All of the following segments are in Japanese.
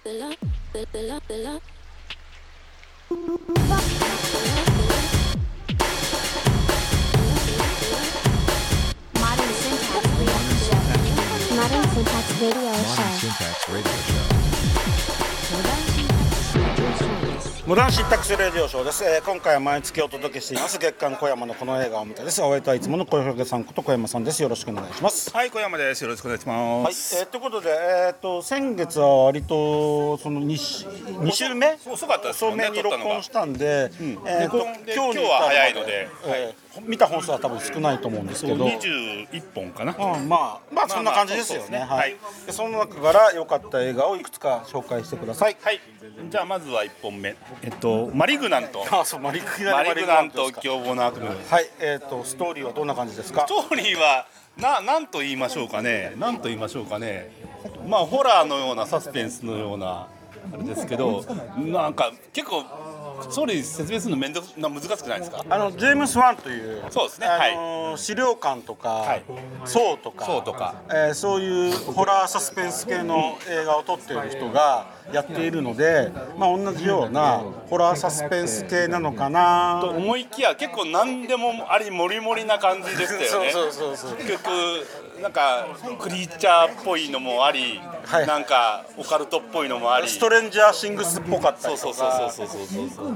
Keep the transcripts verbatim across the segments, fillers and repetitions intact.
モダンシンタックスレディオショーです。えー、今回は毎月お届けしています月刊小山のこの映画を見たです。お相手はいつもの小山さんこと小山さんです。よろしくお願いします。 はい、小山です。よろしくお願いします。 はい、えー、ということで、えー、と先月は割とその 2, 2週目遅かったですよね。 遅めに録音したんで、 うんえー、とで今日今日は早いので、 えー、見た本数は多分少ないと思うんですけど、 にじゅういっぽんかな。 うん、まあまあそんな感じですよね。 まあまあそうそうですね。 はい。でその中から良かった映画をいくつか紹介してください。 はい。じゃあまずはいっぽんめ、えっとマリグナント。 あ、そうマリグマリグナント凶暴な悪夢。 はい。えっ、ー、とストーリーはどんな感じですか。 ストーリーはななんと言いましょうかね。なんと言いましょうかね。まあホラーのようなサスペンスのようなあれですけど、なんか結構ストーリー説明するの面倒な難しくないですか。 あのジェームス・ワンという、 そうですね、 あのー、資料館とか、はい、ソーとか、 ソーとか、 えー、そういうホラーサスペンス系の映画を撮っている人がやっているので、まあ、同じようなホラーサスペンス系なのかなと思いきや結構何でもありもりもりな感じでしたよね。 そうそうそうそう。 結局なんかクリーチャーっぽいのもあり、はい、なんかオカルトっぽいのもあり、 ストレンジャーシングスっぽかったりとか。 そうそうそうそうそうそう。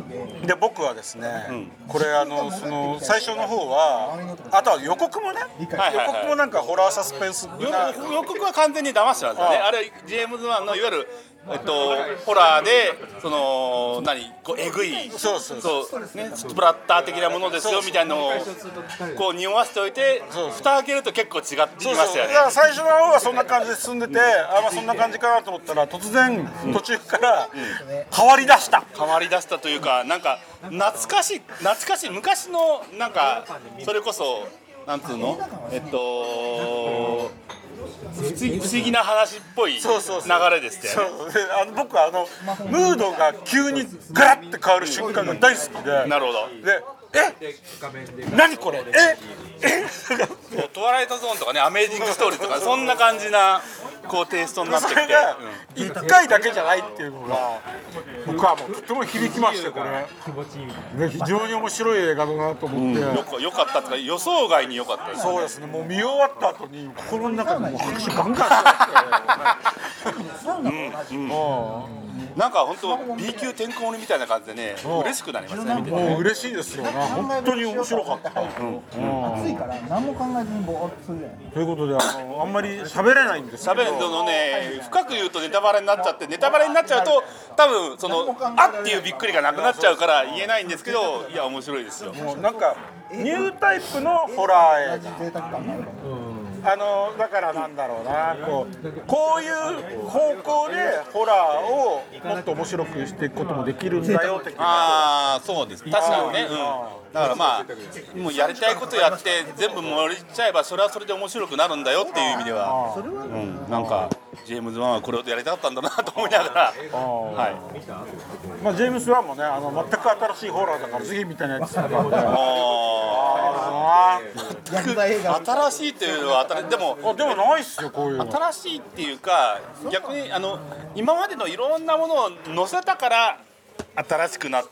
で僕はですね、うん、これあのその最初の方は、あとは予告もね、はいはいはい、予告もなんかホラーサスペンスな予告は完全に騙してますよね。あ, あれジェームズ・ワンのいわゆるえっと、ホラーでその何こうえぐいそうそうそうそう、ね、スプラッター的なものですよみたいなのをこう匂わせておいて、蓋開けると結構違ってきましたよね。そうそう、 だから最初の方はそんな感じで進んでて、あ、まあ、そんな感じかなと思ったら突然途中から変わりだした、 変わりだしたというか、なんか懐かしい懐かしい昔のなんかそれこそなんつうのえっと不思議な話っぽい流れでしたよね。 あの僕はあのムードが急にガラッて変わる瞬間が大好きで、 なるほど。 でえ何これええトワイライトゾーンとかね、アメージングストーリーとかそんな感じなこうテイストになってきて、 いっかいだけじゃないっていうのが僕はもうとても響きまして、これ非常に面白い映画だなと思って、うん、 よくよかったとか予想外に良かったですね。 そうですね、もう見終わった後に心の中でもう拍手ガンガンしてうんうん、なんか本当 B 級てんこ盛りみたいな感じでね、嬉しくなりますね。見てもう嬉しいですよね。本当に面白かった、うんうん、 暑いから何も考えずにぼーっとするじゃない。 ということで、あのあんまり喋れないんですけど、 喋るのね、深く言うとネタバレになっちゃって、ネタバレになっちゃうと多分そのあっていうびっくりがなくなっちゃうから言えないんですけど、いや面白いですよ。 もうなんかニュータイプのホラー映画、あのだからなんだろうな、こうこういう方向でホラーをもっと面白くしていくこともできるんだよ的な。 ああ、そうです。確かにね、うん、だからまあもうやりたいことやって全部盛りちゃえばそれはそれで面白くなるんだよっていう意味では、うん、なんかジェームズ・ワンはこれをやりたかったんだなと思いながら、はい、 まあ、ジェームズ・ワンもね、あの全く新しいホラーだから次みたいなやつだからね。 あ新しいっていうのはでもあでもないっすよ、こういうの新しいっていうか、逆にあの今までのいろんなものを載せたから新しくなって、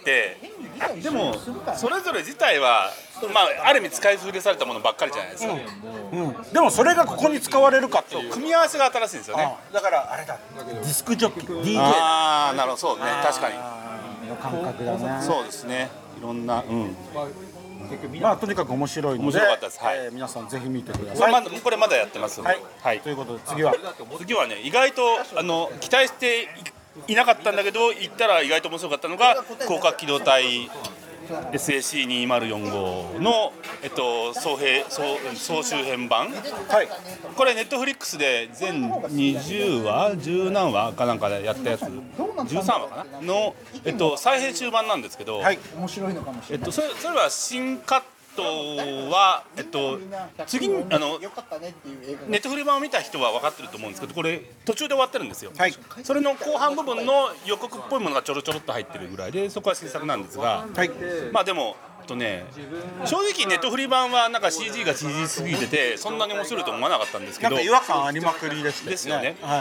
でもそれぞれ自体は、まあ、ある意味使い古されたものばっかりじゃないですか、 うんうん、でもそれがここに使われるかっていう組み合わせが新しいんですよね。 だからあれだ、ディスクジョッキー ディージェーああ、なるほど、そうね、確かに感覚だね。 そうですね、いろんな、うん、 まあとにかく面白いので、面白かったです、はい、 えー、皆さんぜひ見てください。これまだ、これまだやってます、 はいはい、ということで次は次はね、意外とあの期待していなかったんだけど行ったら意外と面白かったのが広角機動隊 エスエーシーにせんよんじゅうご の、えっと、総編総総集編版、はい、これネットフリックスで全にじゅうわじゅう何話かなんかでやったやつじゅうさんわかなの、えっと、再編集版なんですけど、はい、 面白いのかもしれない。 えっと、それ、それは新カットは、えっと、次にあのネットフリ版を見た人は分かってると思うんですけど、これ途中で終わってるんですよ、はい、それの後半部分の予告っぽいものがちょろちょろっと入ってるぐらいで、そこは新作なんですが、はい、まあでもとね、正直ネットフリ版はなんか シージー が シージー すぎててそんなに面白いと思わなかったんですけど、 なんか違和感ありまくりですね。 ですよね、 はい、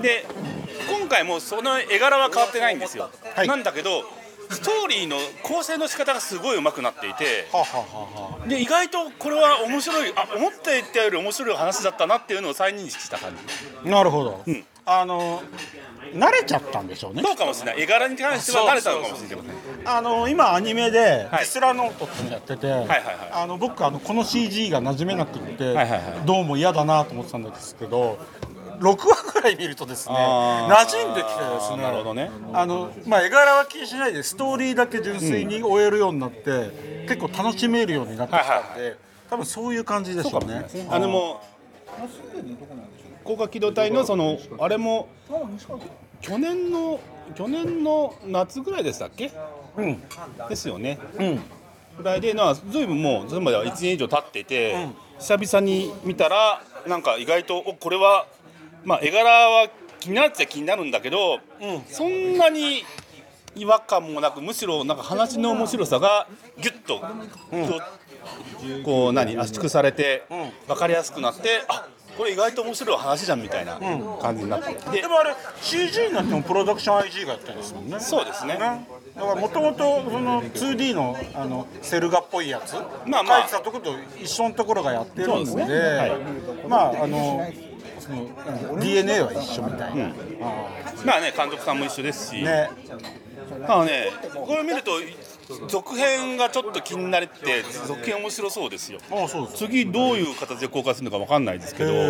で今回もその絵柄は変わってないんですよ、はい、なんだけどストーリーの構成の仕方がすごい上手くなっていて、ははははで意外とこれは面白い、あ思っていたより面白い話だったなっていうのを再認識した感じ。 なるほど、うん、あの慣れちゃったんでしょうね。 そうかもしれない、絵柄に関しては慣れたのかもしれない。 あの今アニメで「テスラノート」ってのやってて、はいはいはい、あの僕あのこの シージー が馴染めなくって、はいはいはい、どうも嫌だなと思ってたんですけど、ろくわぐらい見るとですね馴染んできてですね、 なるほどね、 あの、まあ、絵柄は気にしないでストーリーだけ純粋に終えるようになって、うん、結構楽しめるようになってきたんで、はいはい、多分そういう感じでしょうね。 あのもう高架機動隊のそのあれも去年の去年の夏ぐらいでしたっけ、うん、ですよね、うん、ぐらいでな、ずいぶんもうそれまではいちねん以上経ってて、うん、久々に見たらなんか意外とおこれは、まあ、絵柄は気になるっちゃ気になるんだけど、うん、そんなに違和感もなく、むしろなんか話の面白さがギュッと、うん、こう何圧縮されて分かりやすくなって、あこれ意外と面白い話じゃんみたいな感じになって、 うん、で, でもあれ シージー になってもプロダクション アイジー がやってるんですもんね。 そうですね。 だからもともとその ツーディー の, あのセル画っぽいやつ、まあまあ、描いてたところと一緒のところがやってるんで、で、ねはい、まああのその ディーエヌエー は一緒みたいな、うん、 あまあね監督さんも一緒ですし、ね、まあねこれ見ると続編がちょっと気になれて、続編面白そうですよ。ああそうです。次どういう形で公開するのか分かんないですけど、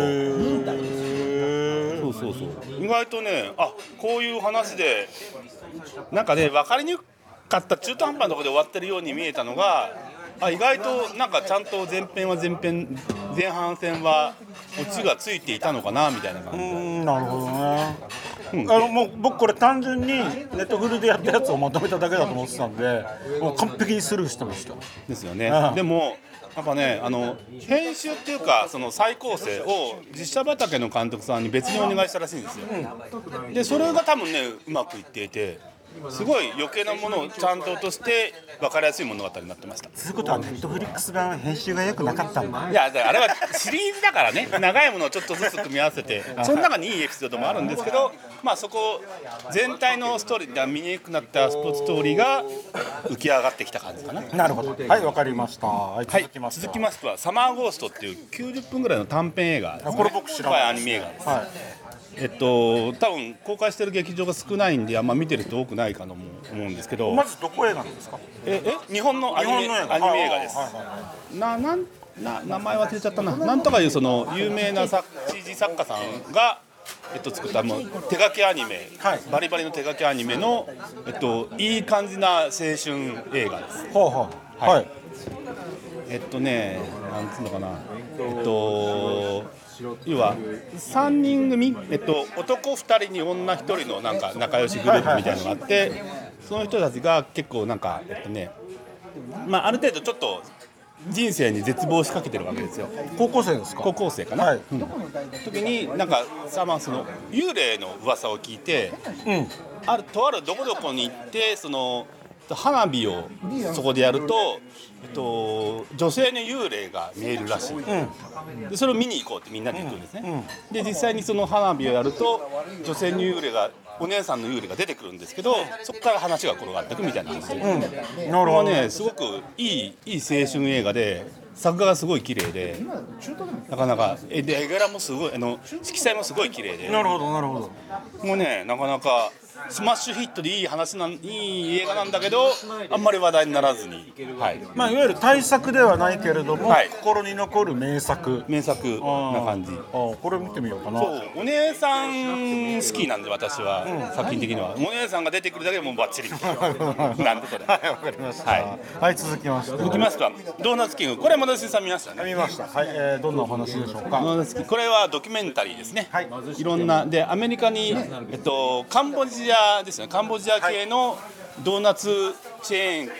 そうそうそう、意外とね、あこういう話でなんかね分かりにくかった中途半端なところで終わってるように見えたのが、あ意外となんかちゃんと前編は前編前半戦はオチがついていたのかなみたいな感じ。うんなるほどね。うん、あのもう僕これ単純にネットフルでやったやつをまとめただけだと思ってたんで、もう完璧にスルーしてました。 ですよね。でもやっぱね、あの編集っていうかその再構成を実写畑の監督さんに別にお願いしたらしいんですよ、うん、でそれが多分ねうまくいっていて、すごい余計なものをちゃんと落として分かりやすい物語になってました。 そういうことはネットフリックス版編集が良くなかったんだ。 いやあれはシリーズだからね長いものをちょっとずつ組み合わせてその中にいいエピソードもあるんですけど、まあそこ全体のストーリーが見にくくなったスポーツストーリーが浮き上がってきた感じかな。 なるほど、はいわかりました。はい、続きましては、続きましてはサマーゴーストっていうきゅうじゅっぷんぐらいの短編映画です、ね、 これ僕知らない。 アニメ映画です、はいえっと、多分公開してる劇場が少ないんであんま見てる人多くないかと思うんですけど、 まずどこ映画なんですか？ ええ日本のアニメ、アニメ映画です、はいはいはい、ななんな名前忘れちゃったな、なんとかいうその有名な シージー 作家さんが、えっと、作ったもう手書きアニメ、はい、バリバリの手書きアニメの、えっと、いい感じな青春映画です。 はあはあはい、 えっとねなんつうのかなえっと要はさんにん組、えっと、男ふたりに女ひとりのなんか仲良しグループみたいなのがあって、その人たちが結構なんか、えっとねまあ、ある程度ちょっと人生に絶望しかけてるわけですよ。 高校生ですか？ 高校生かな、はいうん、時になんかさ、まあ、その幽霊の噂を聞いて、うん、あるとあるどこどこに行ってその花火をそこでやると、えっと、女性の幽霊が見えるらしい、うん、でそれを見に行こうってみんなで行くんですね、うんうん、で実際にその花火をやると女性の幽霊がお姉さんの幽霊が出てくるんですけど、そこから話が転がっていくみたいな話で、うん、なるほどね、すごくいい、いい青春映画で作画がすごい綺麗で、なかなかえで絵柄もすごいあの色彩もすごい綺麗で、 なるほどなるほど、もうねなかなかスマッシュヒットでいい話なんいい映画なんだけどあんまり話題にならずに、はいまあ、いわゆる大作ではないけれども、はい、心に残る名作名作な感じ。あこれ見てみようかな。 そうお姉さん好きなんで私は、うん、作品的にはお姉さんが出てくるだけでもうバッチリなんでそれはいわかりました、はいはい、続きまして続きますかドーナツキング、これは私さん見ましたね。 見ました、はいえー、どんなお話でしょうか。 ドーナツキングこれはドキュメンタリーですね、はい、いろんなでアメリカに、えっと、カンボジアですねカンボジア系のドーナツチェーン店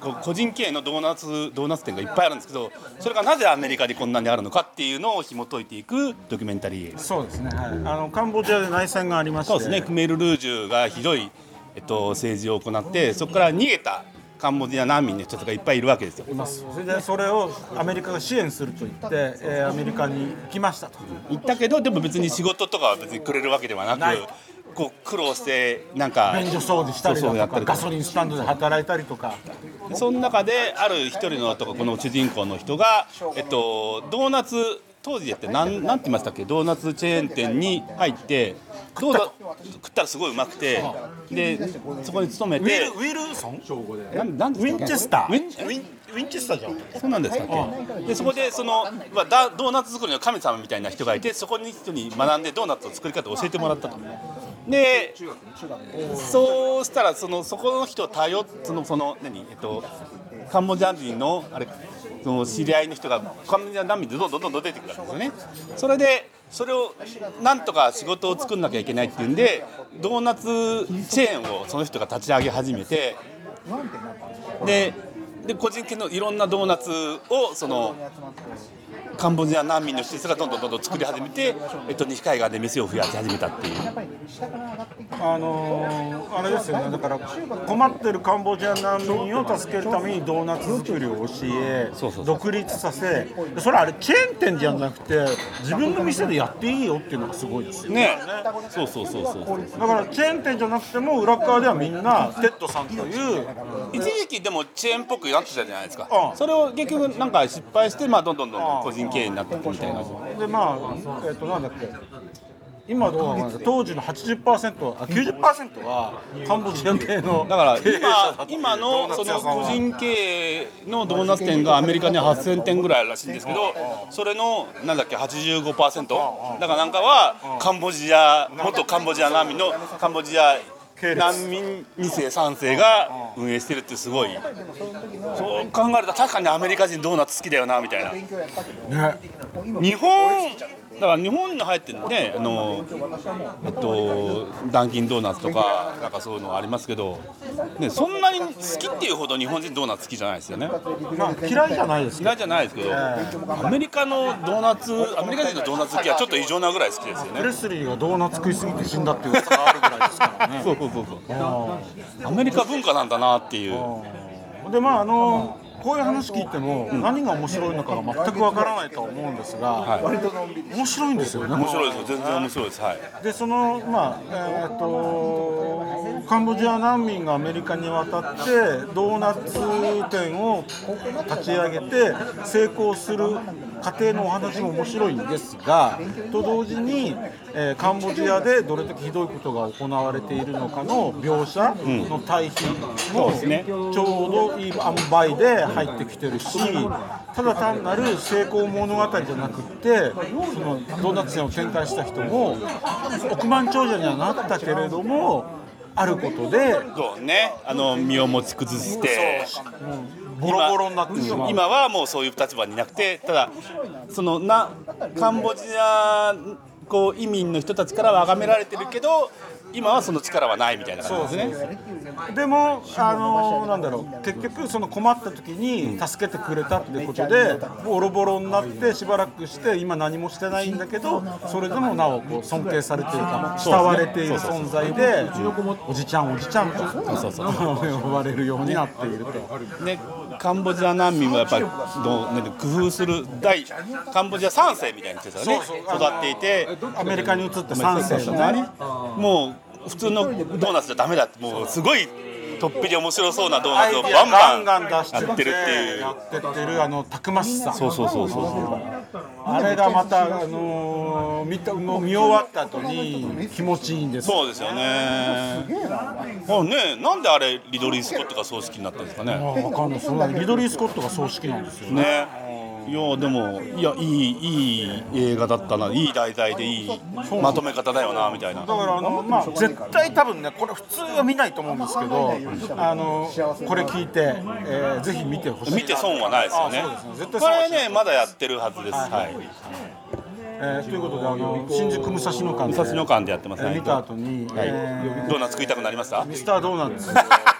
こう個人経営のドーナツドーナツ店がいっぱいあるんですけど、それがなぜアメリカにこんなにあるのかっていうのを紐解いていくドキュメンタリー。 そうですね、はい、あのカンボジアで内戦がありまして、 そうですね、クメール・ルージュがひどい、えっと、政治を行って、そこから逃げたカンボジア難民の人とかいっぱいいるわけですよ。 います。それでそれをアメリカが支援すると言って、えー、アメリカに行きましたと。 行ったけど、でも別に仕事とかは別にくれるわけではなく、 ないこう苦労してなんか便所掃除したりだとか、ガソリンスタンドで働いたりとか。 その中である一人のとかこの主人公の人が、えっと、ドーナツ当時やってなんなんて言いましたっけ、ドーナツチェーン店に入ってどうだ食ったらすごいうまくて、でそこに勤めてウィル、ウィルソンなんなんですか、 ウィンチェスターウィンウィンウィンチェスターじゃん。 そうなんですかってでそこでその、まあ、だドーナツ作りの神様みたいな人がいて、そこに人に学んでドーナツの作り方を教えてもらったと。でそうしたらそのそこの人を頼ってそのその何、えっと、カンボジア人のあれその知り合いの人がカンボジア難民でどんどんどんどん出てくるんですよね。それでそれをなんとか仕事を作んなきゃいけないっていうんで、ドーナツチェーンをその人が立ち上げ始めて、でで個人系のいろんなドーナツをそのカンボジア難民の人がどんどんどんどん作り始めて、えっと、西海岸で店を増やし始めたっていう。 あのー、あれですよね、だから困ってるカンボジア難民を助けるためにドーナツ作りを教え、 そうそうそう独立させ、それあれチェーン店じゃなくて自分の店でやっていいよっていうのがすごいですよね。 ね、そうそうそうそう。 だからチェーン店じゃなくても裏側ではみんなテッドさんという一時期でもチェーンっぽくなってたじゃないですか。 うんそれを結局なんか失敗して、まあ、どんどんどんどん個人経営になっていくみたいな。 でまあえっとなんだっけ、今どうなのかな、当時の はちじゅっパーセント、あ きゅうじゅっパーセント はカンボジア系のだから経営者だった今今のその個ドーナツ屋さんは人経営のドーナツ店がアメリカにはっせんてんぐらいあるらしいんですけど、それのなんだっけ はちじゅうごパーセント だからなんかはカンボジア元カンボジア難民のカンボジア難民に世さん世が運営してるってすごい、そう考えると確かにアメリカ人ドーナツ好きだよなみたいな。 ね、 日本だから日本に入ってるね、あのえっとダンキンドーナツとかなんかそういうのありますけど、ね、そんなに好きっていうほど日本人ドーナツ好きじゃないですよね。 まあ嫌いじゃないですけど、 嫌いじゃないですけど、アメリカのドーナツアメリカ人のドーナツ好きはちょっと異常なぐらい好きですよね。 プレスリーがドーナツ食いすぎて死んだっていう噂があるぐらいですからね。 そうそうそうそう。アメリカ文化なんだなっていう。 でまああのこういう話聞いても何が面白いのかが全くわからないとは思うんですが、 はい、 面白いんですよね。 面白いですよ、全然面白いです。はい。 でそのまあえー、とカンボジア難民がアメリカに渡ってドーナツ店を立ち上げて成功する過程のお話も面白いんですが、と同時に、えー、カンボジアでどれだけひどいことが行われているのかの描写の対比もちょうどいい塩梅で入ってきてるし、ただ単なる成功物語じゃなくってそのドーナツ店を展開した人も億万長者にはなったけれどもあることでそうね、あの身を持ち崩してボロボロになってしまう。 今はもうそういう立場になくて、ただそのなカンボジアこう移民の人たちからは崇められてるけど今はその力はないみたいな感じですね。 でもあのなんだろう、結局その困った時に助けてくれたっていうことでボロボロになってしばらくして今何もしてないんだけど、それでもなおこう尊敬されているか慕われている存在でおじちゃんおじちゃんと呼ばれるようになっていると。 ね、カンボジア難民はやっぱりどう、ね、工夫する第カンボジアさん世みたいな人ですよね。育っていてアメリカに移ってさん世のね、 もう普通のドーナツじゃダメだって、もうすごいとっぴり面白そうなドーナツをバンバンやってるっていうやってってるあのたくましさ、 そうそうそうそうあれがまた、あのー、見たもう見終わった後に気持ちいいんです。 そうですよね。あね、なんであれリドリー・スコットが葬式になったんですかね。 わかんない、そのリドリー・スコットが葬式なんですよね。 ね、いやでもいやいいいい映画だったな、いい題材でいいまとめ方だよなみたいな。 だからあの、まあ、絶対多分ねこれ普通は見ないと思うんですけど、あのこれ聞いて、えー、ぜひ見てほしい。 見て損はないですよね。 あそうですね、絶対こ損はしないれねまだやってるはずです。はい、はい、 えー、ということであの新宿武蔵野館で武蔵野館でやってますね。 見た後に、 はい、 えー、 ドーナツ食いたくなりました。 ミスタードーナツ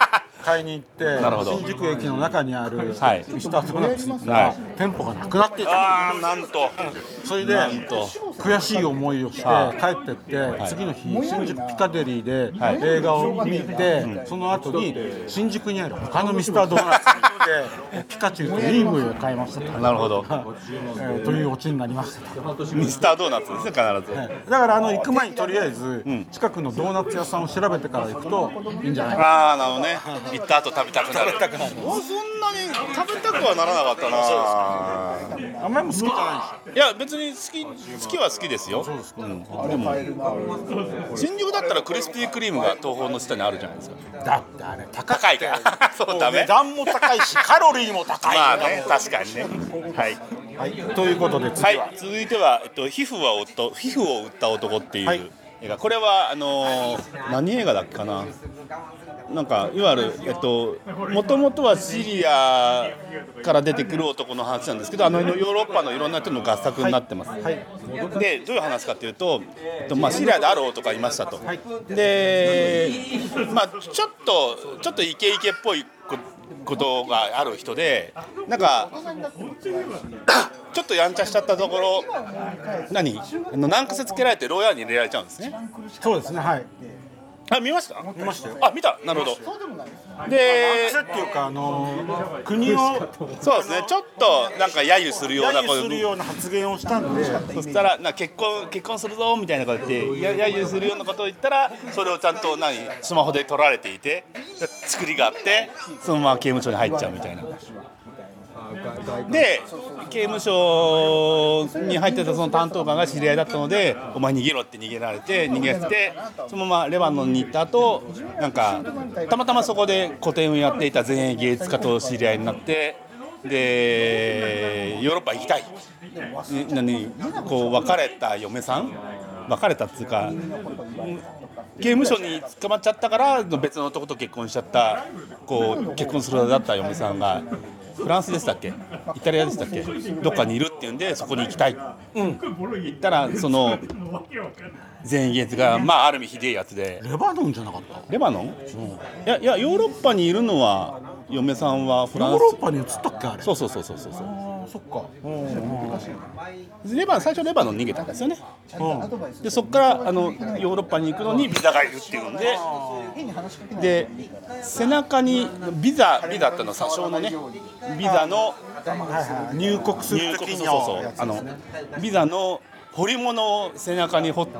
買いに行ってなるほど新宿駅の中にあるミスはいタードーナツに行ったら、 はい店舗がなくなっていた。 ああなんとそれでなんと悔しい思いをしては帰ってって、 い次の日新宿ピカデリーではい映画を見て、その後に新宿にある他のミスタードーナツに行ってピカチュウとリングを買いましたと、 なるほどえーというオチになりましたと。 ミスタードーナツですね必ず、 だからあの行く前にとりあえず近くのドーナツ屋さんを調べてから行くといいんじゃないか。 ああなるほどね行った後食べたくなる食べたくなるおそんなに食べたくはならなかったな。 あんまりも好きじゃないでしょ。 いや別に好き好きは好きですよ。うん、でも新宿だったらクリスピークリームが東宝の下にあるじゃないですか。 だってあれ高高いからそうダメ値段も高いしカロリーも高い。 まあね確かにね。はいはい、ということで次は、 はい、続いては、えっと、皮膚は夫皮膚を売った男っていう、 はい映画。これはあのー、何映画だっけかな。なんかいわゆるえっともともとはシリアから出てくる男の話なんですけど、あのヨーロッパのいろんな人の合作になってます。 はい、 でどういう話かというと、えっとまあ、シリアである男がいましたと。 はい、 で、まあ、ちょっとちょっとイケイケっぽいこことがある人で、なんかちょっとやんちゃしちゃったところ、何あの軟化つけられて牢屋に入れられちゃうんですね。 そうですね、はい、 あ見ました見ましたよ。 あ見たなるほど。で癖っていうか、あのー、国をそうですねちょっとなんか揶揄するような揶こと揄するような発言をしたんで、 そしたらな結婚結婚するぞみたいなこと言ってや揶揄するようなことを言ったら、それをちゃんと何スマホで撮られていて作りがあってそのまま刑務所に入っちゃうみたいな。で刑務所に入ってたその担当官が知り合いだったので、お前逃げろって逃げられて逃げて、そのままレバノンに行った後、なんかたまたまそこで個展をやっていた前衛芸術家と知り合いになって、でヨーロッパ行きたい、何こう別れた嫁さん別れたっていうか刑務所に捕まっちゃったから別の男と結婚しちゃったこう結婚するはずだった嫁さんがフランスでしたっけイタリアでしたっけどっかにいるっていうんでそこに行きたい、うん、行ったらその前衛芸術がまあある意味ひでえやつで。 レバノンじゃなかった。 レバノン、うん、いやいやヨーロッパにいるのは嫁さんはフランス。 ヨーロッパに移ったっけあれ。 そうそうそうそうそうそう。 あそっか。 レバノン最初レバノン逃げたんですよね。うん、でそこからあのヨーロッパに行くのにビザがいるっていうんで、で背中にビザビザってのは詐称のねビザの入国する時にあのビザの彫り物を背中に彫って、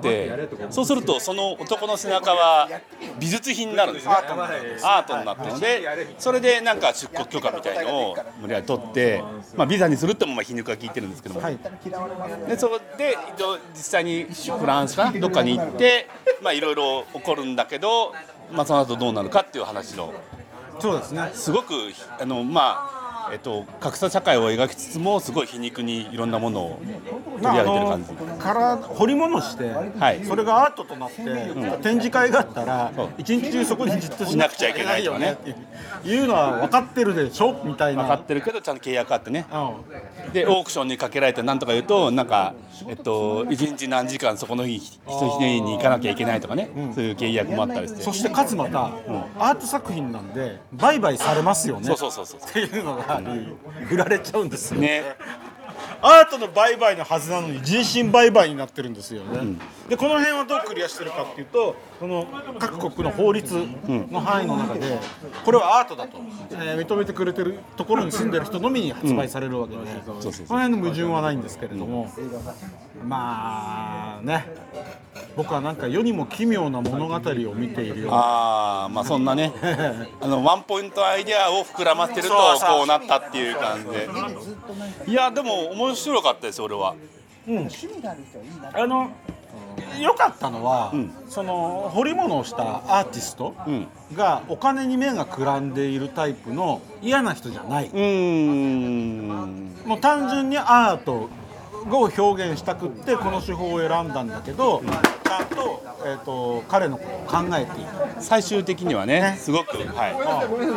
そうするとその男の背中は美術品になるんですね。アートになったので、それでなんか出国許可みたいのを無理やり取って、まあ、ビザにするってもまあ皮肉が効いてるんですけども、はい、でそこで実際にフランスかなどっかに行ってまあいろいろ起こるんだけど、まあ、その後どうなるかっていう話の、 そうですね、 すごくあのまあえっと、格差社会を描きつつもすごい皮肉にいろんなものを取り上げてる感じ、 まあ、から彫り物して、はい、それがアートとなって、うん、展示会があったら一日中そこにじっとしなくちゃいけないよねっていうのは分かってるでしょみたいな。 分かってるけどちゃんと契約あってね、うん、でオークションにかけられてなんとか言うとなんか、えっと、一日何時間そこの日一日に行かなきゃいけないとかね、うん、そういう契約もあったりして、 そしてかつまた、うん、アート作品なんで売買されますよね。 そうそうそうそうっていうのが売られちゃうんですよね。 アートの売買のはずなのに人身売買になってるんですよね、うん、でこの辺はどうクリアしてるかっていうと、この各国の法律の範囲の中でこれはアートだと、えー、認めてくれてるところに住んでる人のみに発売されるわけで、うん、この辺の矛盾はないんですけれども、うん、まあね、僕はなんか世にも奇妙な物語を見ているような、 あまあそんなねあのワンポイントアイデアを膨らませてるとこうなったっていう感じで、いやでも面白かったです俺は。 うん、あの良かったのは、うん、その彫り物をしたアーティストがお金に目がくらんでいるタイプの嫌な人じゃない。うーん、もう単純にアートを表現したくってこの手法を選んだんだけど、うん、ちゃんと、えーと、彼のことを考えている。 最終的には ね, ねすごく、はい、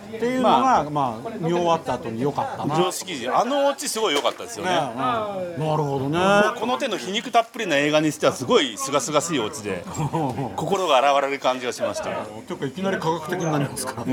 っていうのが、まあ、まあ、見終わった後に良かったな。 常識人、あのオチすごい良かったですよね。ね、 うん、なるほどね。 この手の皮肉たっぷりな映画にしてはすごい清々しいオチで心が洗われる感じがしました。 というかいきなり科学的になりますから。 うん、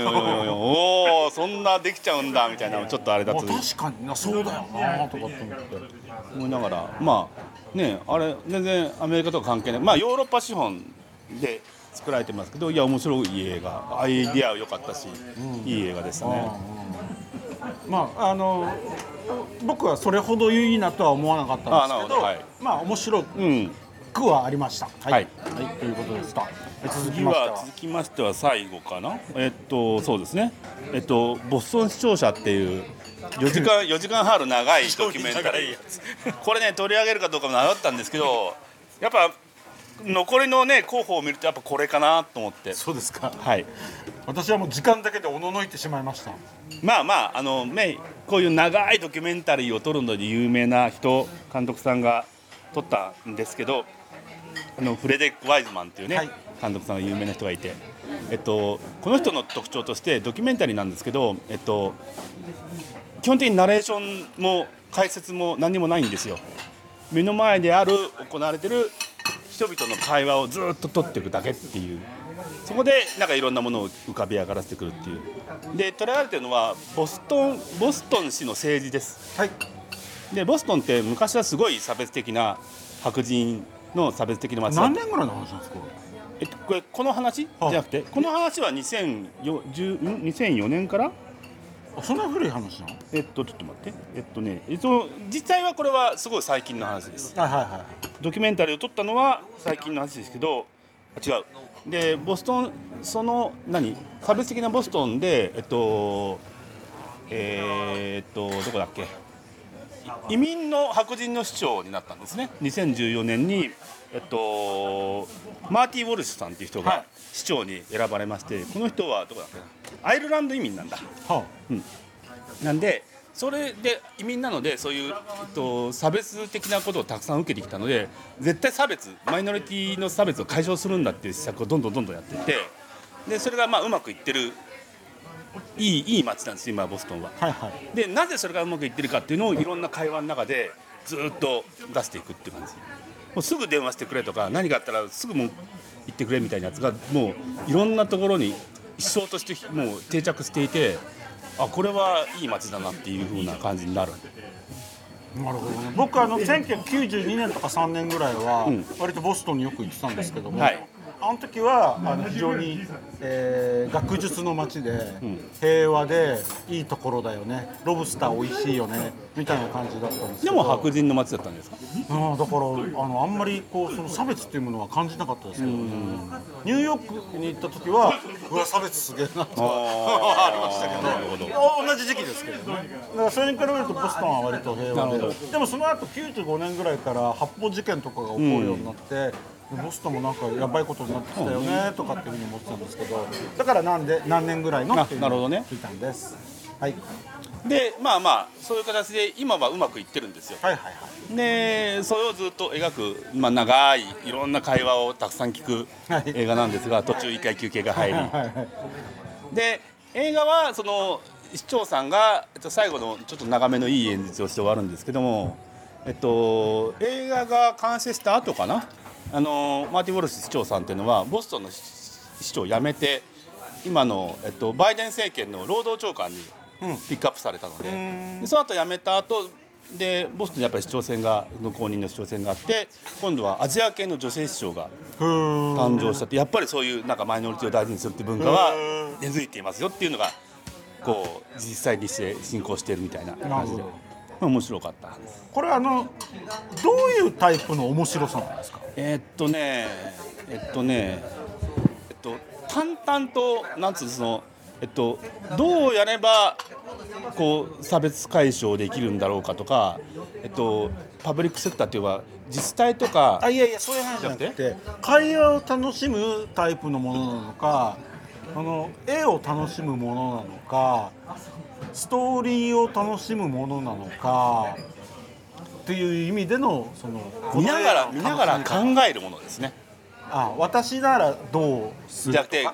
おお、そんなできちゃうんだみたいな、ちょっとあれだと。 確かにな、そうだよなとかって思って思いながら、まあね、あれ全然アメリカとか関係ない、まあヨーロッパ資本で作られてますけど、いや面白い映画、アイディア良かったし、うん、いい映画でしたね。 うん、まああの僕はそれほどいいなとは思わなかったんですけど、はい、まあ面白くはありました。はい、はいはい、ということでした。 次は続きましては最後かな。えっとそうですね。えっとボストン視聴者っていうよじかんよじかんはんの長いドキュメンタリー。これね取り上げるかどうかも迷ったんですけど、やっぱ残りのね候補を見るとやっぱこれかなと思って。 そうですか。 はい。 私はもう時間だけでおののいてしまいました。 まあまああのねこういう長いドキュメンタリーを撮るのに有名な人、監督さんが撮ったんですけど、あのフレデリック・ワイズマンっていうね、はい、監督さんが有名な人がいて、えっとこの人の特徴としてドキュメンタリーなんですけど、えっと基本的にナレーションも解説も何にもないんですよ。目の前である行われてる人々の会話をずっと撮っていくだけっていう、そこでなんかいろんなものを浮かび上がらせてくるっていう。で捉えられてるのはボストンボストン市の政治です。はい。でボストンって昔はすごい差別的な白人の差別的な街だった。 何年ぐらいの話なんですか？ えっとこれこの話じゃなくて、この話はにせんよねんから。 あ、そんな古い話なの？ えっとちょっと待って、えっとね、えっと実際はこれはすごい最近の話です。 はいはいはい。 ドキュメンタリーを撮ったのは最近の話ですけど、あ、違う。でボストンその何差別的なボストンでえっとえー、っとどこだっけ、移民の白人の市長になったんですね。にせんじゅうよねんにえっとマーティー・ウォルシュさんっていう人が市長に選ばれまして、はい、この人はどこだっけな、アイルランド移民なんだ。はあ、うん、なんでそれで移民なのでそういう、えっと、差別的なことをたくさん受けてきたので、絶対差別マイノリティの差別を解消するんだっていう施策をどんどんどんどんやっていて、でそれがまあうまくいってるいいいい街なんです今ボストンは。はいはい、でなぜそれがうまくいってるかっていうのをいろんな会話の中でずっと出していくっていう感じ。もうすぐ電話してくれとか何かあったらすぐもう言ってくれみたいなやつがもういろんなところに一生としてもう定着していて、あこれはいい街だなっていう風な感じになる。 なるほどね。僕あのせんきゅうひゃくきゅうじゅうにねんとかさんねんぐらいは割とボストンによく行ってたんですけども、うん、はい、あの時はあの非常に、えー、学術の街で、うん、平和でいいところだよね、ロブスター美味しいよねみたいな感じだったんですけど。 でも白人の街だったんですか？ うん、だからあのあんまりこうその差別っていうものは感じなかったですけど、ね、ニューヨークに行った時はうわ差別すげえなとかありましたけど、同じ時期ですけどね。だからそれに比べるとボストンは割と平和で、でもその後きゅうじゅうごねんぐらいから発砲事件とかが起こるようになって、うん、ボストンもなんかやばいことになってきたよねとかっていうふうに思ってたんですけど、だからなんで何年ぐらいのっていうのを聞いたんです。はい。 でまあまあそういう形で今はうまくいってるんですよ。はいはいはい。でそれをずっと描く、まあ、長いいろんな会話をたくさん聞く映画なんですが、はい、途中いっかい休憩が入り、はいはいはい、で映画はその市長さんが最後のちょっと長めのいい演説をして終わるんですけども、えっと、映画が完成した後かな、あのマーティン・ウォルシュ市長さんっていうのはボストンの市長を辞めて今の、えっと、バイデン政権の労働長官にピックアップされたので、うん、でその後辞めた後でボストンにやっぱり市長選がの公認の市長選があって、今度はアジア系の女性市長が誕生したって、やっぱりそういうなんかマイノリティを大事にするっていう文化は根付いていますよっていうのがこう実際にして進行しているみたいな感じで面白かったです。 これあのどういうタイプの面白さなんですか？ えー、っとねえっとねえっと淡々となんつうそのえっとどうやればこう差別解消できるんだろうかとか、えっとパブリックセクターっていうのは自治体とか、 あいやいやそういう話じゃなくて会話を楽しむタイプのものなのか、あの絵を楽しむものなのか、ストーリーを楽しむものなのかっていう意味でのその見ながら見ながら考えるものですね。 あ、私ならどうするとか。 じゃなくて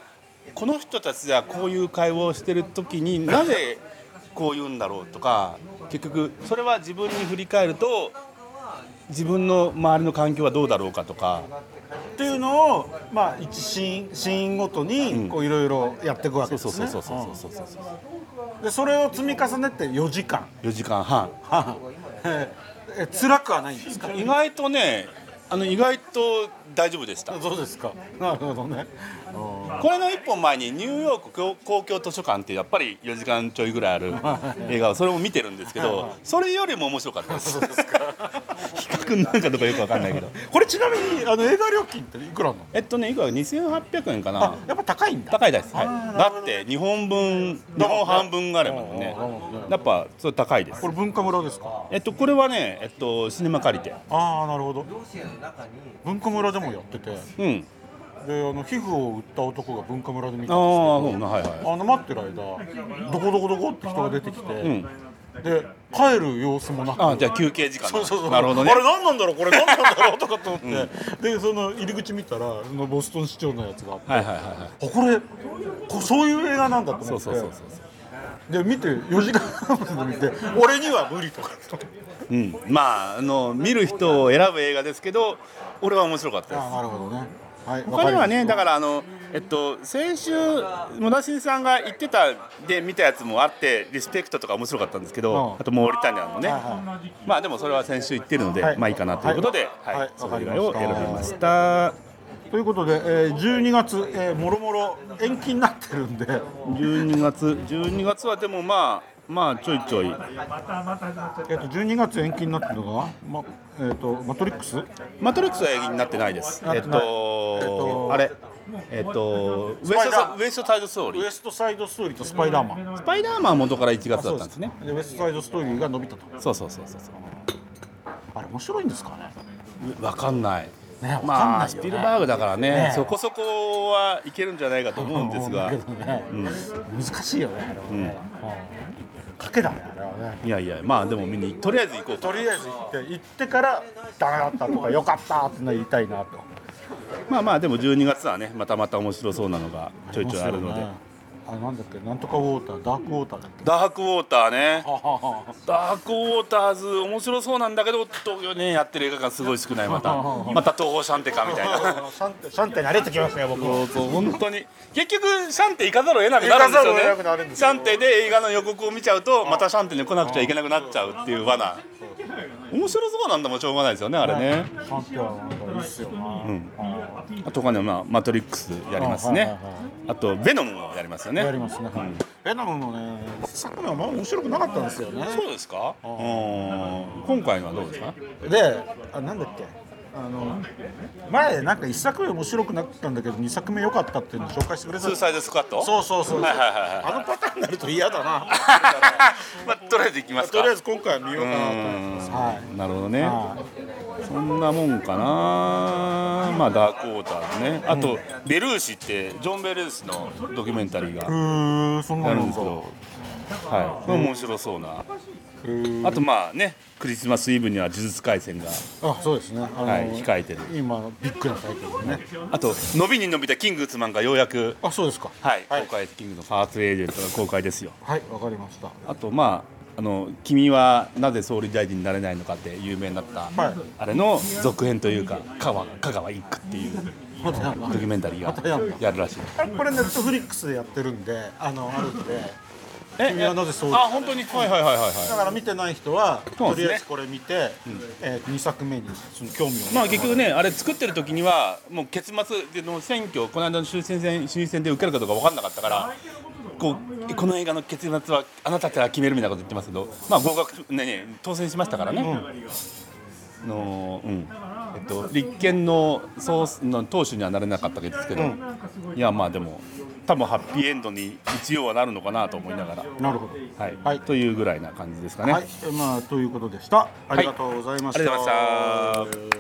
この人たちはこういう会話をしてる時になぜこう言うんだろうとか、結局それは自分に振り返ると自分の周りの環境はどうだろうかとかっていうのを、まあ、一シーン、シーンごとにこういろいろやっていくわけですね。 そうそうそうそうそうそうでそれを積み重ねてよじかんよじかんはんええ辛くはないんですか？ 意外とね、あの意外と大丈夫でした。 そうですか。なるほどね。 これの一本前にニューヨーク公共図書館ってやっぱりよじかんちょいぐらいある映画をそれも見てるんですけど、それよりも面白かったです。 そうですか。 比較なんかとかよくわかんないけどこれちなみにあの映画料金っていくらなの？ えっとねいくらにせんはっぴゃくえんかな。 あ、やっぱ高いんだ。 高いです、はい、だって日本分日本半分があればね、やっぱそれ高いです。 これ文化村ですか？ えっとこれはね、えっとシネマ借りて。 ああ、なるほど。文化村でもやってて、 うんであの皮膚を売った男が文化村で見たんですけああど、 そうな、はいはい、 あの待ってる間どこどこどこって人が出てきて、 うんで帰る様子もなく、 あじゃあ休憩時間。 そうそうそう、 なるほどね。 あれ何なんだろうこれ何なんだろうとかと思って、うん、でその入り口見たらそのボストン市長のやつがあって、 はいはいはいはい、 あこれこそういう映画なんだと思って、 そうそうそうそうで見てよじかんはんで見て俺には無理とかと、 うん、まああの見る人を選ぶ映画ですけど俺は面白かったです。 あなるほどね。はい、 他にはね、だからあの、えっと、先週野田新さんが言ってたで見たやつもあってリスペクトとか面白かったんですけど、うん、あとモーリタニアンもね、はいはい、まあでもそれは先週言ってるので、はい、まあいいかなということで、はいはい、その映画を選びました。 ということで、えー、じゅうにがつ、えー、もろもろ延期になってるんでじゅうにがつじゅうにがつはでもまあまあちょいちょい、 えっとじゅうにがつ延期になってるのが、まえっとマトリックス？ マトリックスは延期になってないです。えっと、えっと、あれえっとウエストウエストサイドストーリー、 ウエストサイドストーリーとスパイダーマン。 スパイダーマンは元からいちがつだったんですね。 でウエストサイドストーリーが伸びたと。 そうそうそうそうそう。 あれ面白いんですかね？ わかんない。 ね、 まあスピルバーグだからね、ねそこそこはいけるんじゃないかと思うんですが、ねうん、難しいよねあれはね、うん、賭けだねあれはね。 いやいやまあでも見にとりあえず行こうと。 とりあえず行って行ってからダメだったとかよかったって言いたいなと。 まあまあでもじゅうにがつはねまたまた面白そうなのがちょいちょいあるので、 あなんだっけなんとかウォーターダークウォーターだっけ。 ダークウォーターねダークウォーターズ面白そうなんだけど東京ねやってる映画がすごい少ない。またまた東宝シャンテかみたいなシャンテシャンテ慣れてきましたよ僕。 そうそう本当に結局シャンテ行かざるを得なくなるんですよね。シャンテで映画の予告を見ちゃうとまたシャンテに来なくちゃいけなくなっちゃうっていう罠。面白そうなんだもんしょうがないですよねあれね。 シャンテはなんかいいっすよな、うん、 あと他には、まあ、マトリックスやりますね。 あ,、はいはいはい、あとベノムもやりますよね。 やりますね、うん、ベノムもね作品はまあ面白くなかったんですよね。 そうですか。うん今回のはどうですか。 であなんだっけあの前なんかいっさくめ面白くなったんだけどにさくめ良かったっていうのを紹介してくれた。 スーサイドスクワット。 そうそうそう、 はいはいはいはい、 あのパターンになると嫌だなまあ、とりあえず行きますか。 とりあえず今回は見ようかなと思います。はい、 なるほどね、はい、そんなもんかな。まあダークウォーターね。あと、うん、ベルーシってジョン・ベルーシのドキュメンタリーがあるんですけど、はい、これ面白そうな。あとまあねクリスマスイブには呪術廻戦があそうですね、あのーはい、控えてる今ビッグなタイトルでね。 あと伸びに伸びたキングスマンがようやくあそうですか、 はい、はい、公開キングのファーストエージェントが公開ですよ。 はいわかりました。 あとまああの君はなぜ総理大臣になれないのかって有名になった、はい、あれの続編というか香川香川一区っていうドキュメンタリーがやるらしい。 これネットフリックスでやってるんであのあるんで。 え君はなぜそう。 あ本当にはいはいはいはい、はい、 だから見てない人は、ね、とりあえずこれ見て、うんえー、にさくめにその興味を。 まあ結局ねあれ作ってる時にはもう結末の選挙この間の衆院選衆院選で受けるかどうか分かんなかったからこうこの映画の結末はあなたたちが決めるみたいなこと言ってますけどまあ合格ねね当選しましたからね。うんのうんえっと、立憲の総の党首にはなれなかったわけですけど、うん、いやまあでも多分ハッピーエンドに一応はなるのかなと思いながら。 なるほど、 はいはい、というぐらいな感じですかね。 はい、まあ、ということでした。ありがとうございました。 はい、ありがとうございました。